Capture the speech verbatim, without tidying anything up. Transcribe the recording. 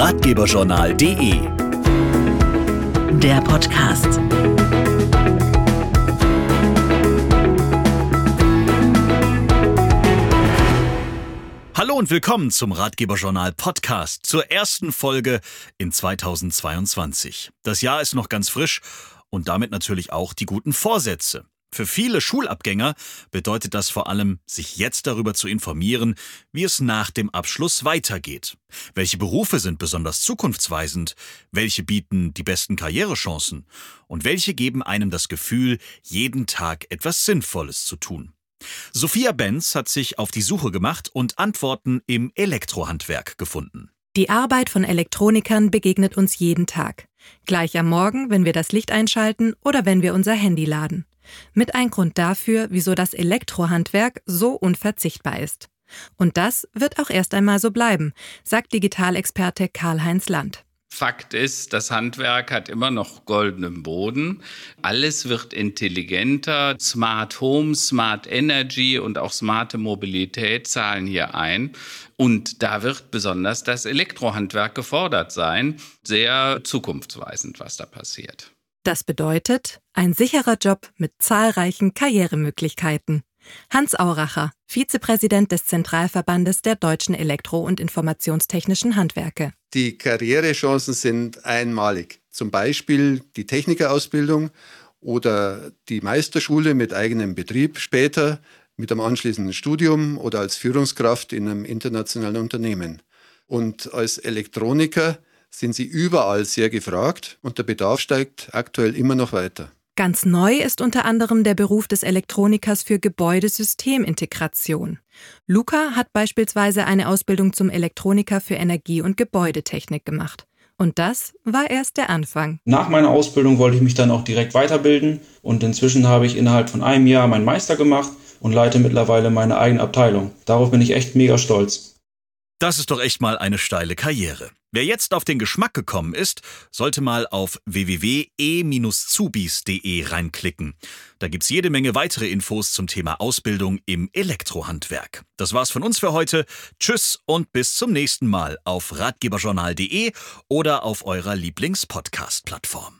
ratgeberjournal punkt de. Der Podcast. Hallo und willkommen zum Ratgeberjournal Podcast zur ersten Folge in zweitausendzweiundzwanzig. Das Jahr ist noch ganz frisch und damit natürlich auch die guten Vorsätze. Für viele Schulabgänger bedeutet das vor allem, sich jetzt darüber zu informieren, wie es nach dem Abschluss weitergeht. Welche Berufe sind besonders zukunftsweisend? Welche bieten die besten Karrierechancen? Und welche geben einem das Gefühl, jeden Tag etwas Sinnvolles zu tun? Sophia Benz hat sich auf die Suche gemacht und Antworten im Elektrohandwerk gefunden. Die Arbeit von Elektronikern begegnet uns jeden Tag. Gleich am Morgen, wenn wir das Licht einschalten oder wenn wir unser Handy laden. Mit ein Grund dafür, wieso das Elektrohandwerk so unverzichtbar ist. Und das wird auch erst einmal so bleiben, sagt Digitalexperte Karl-Heinz Land. Fakt ist, das Handwerk hat immer noch goldenen Boden. Alles wird intelligenter. Smart Home, Smart Energy und auch smarte Mobilität zahlen hier ein. Und da wird besonders das Elektrohandwerk gefordert sein. Sehr zukunftsweisend, was da passiert. Das bedeutet, ein sicherer Job mit zahlreichen Karrieremöglichkeiten. Hans Auracher, Vizepräsident des Zentralverbandes der deutschen Elektro- und Informationstechnischen Handwerke. Die Karrierechancen sind einmalig. Zum Beispiel die Technikerausbildung oder die Meisterschule mit eigenem Betrieb später, mit einem anschließenden Studium oder als Führungskraft in einem internationalen Unternehmen. Und als Elektroniker sind sie überall sehr gefragt und der Bedarf steigt aktuell immer noch weiter. Ganz neu ist unter anderem der Beruf des Elektronikers für Gebäudesystemintegration. Luca hat beispielsweise eine Ausbildung zum Elektroniker für Energie- und Gebäudetechnik gemacht. Und das war erst der Anfang. Nach meiner Ausbildung wollte ich mich dann auch direkt weiterbilden und inzwischen habe ich innerhalb von einem Jahr meinen Meister gemacht und leite mittlerweile meine eigene Abteilung. Darauf bin ich echt mega stolz. Das ist doch echt mal eine steile Karriere. Wer jetzt auf den Geschmack gekommen ist, sollte mal auf w w w punkt e zubis punkt de reinklicken. Da gibt's jede Menge weitere Infos zum Thema Ausbildung im Elektrohandwerk. Das war's von uns für heute. Tschüss und bis zum nächsten Mal auf ratgeberjournal punkt de oder auf eurer Lieblings-Podcast-Plattform.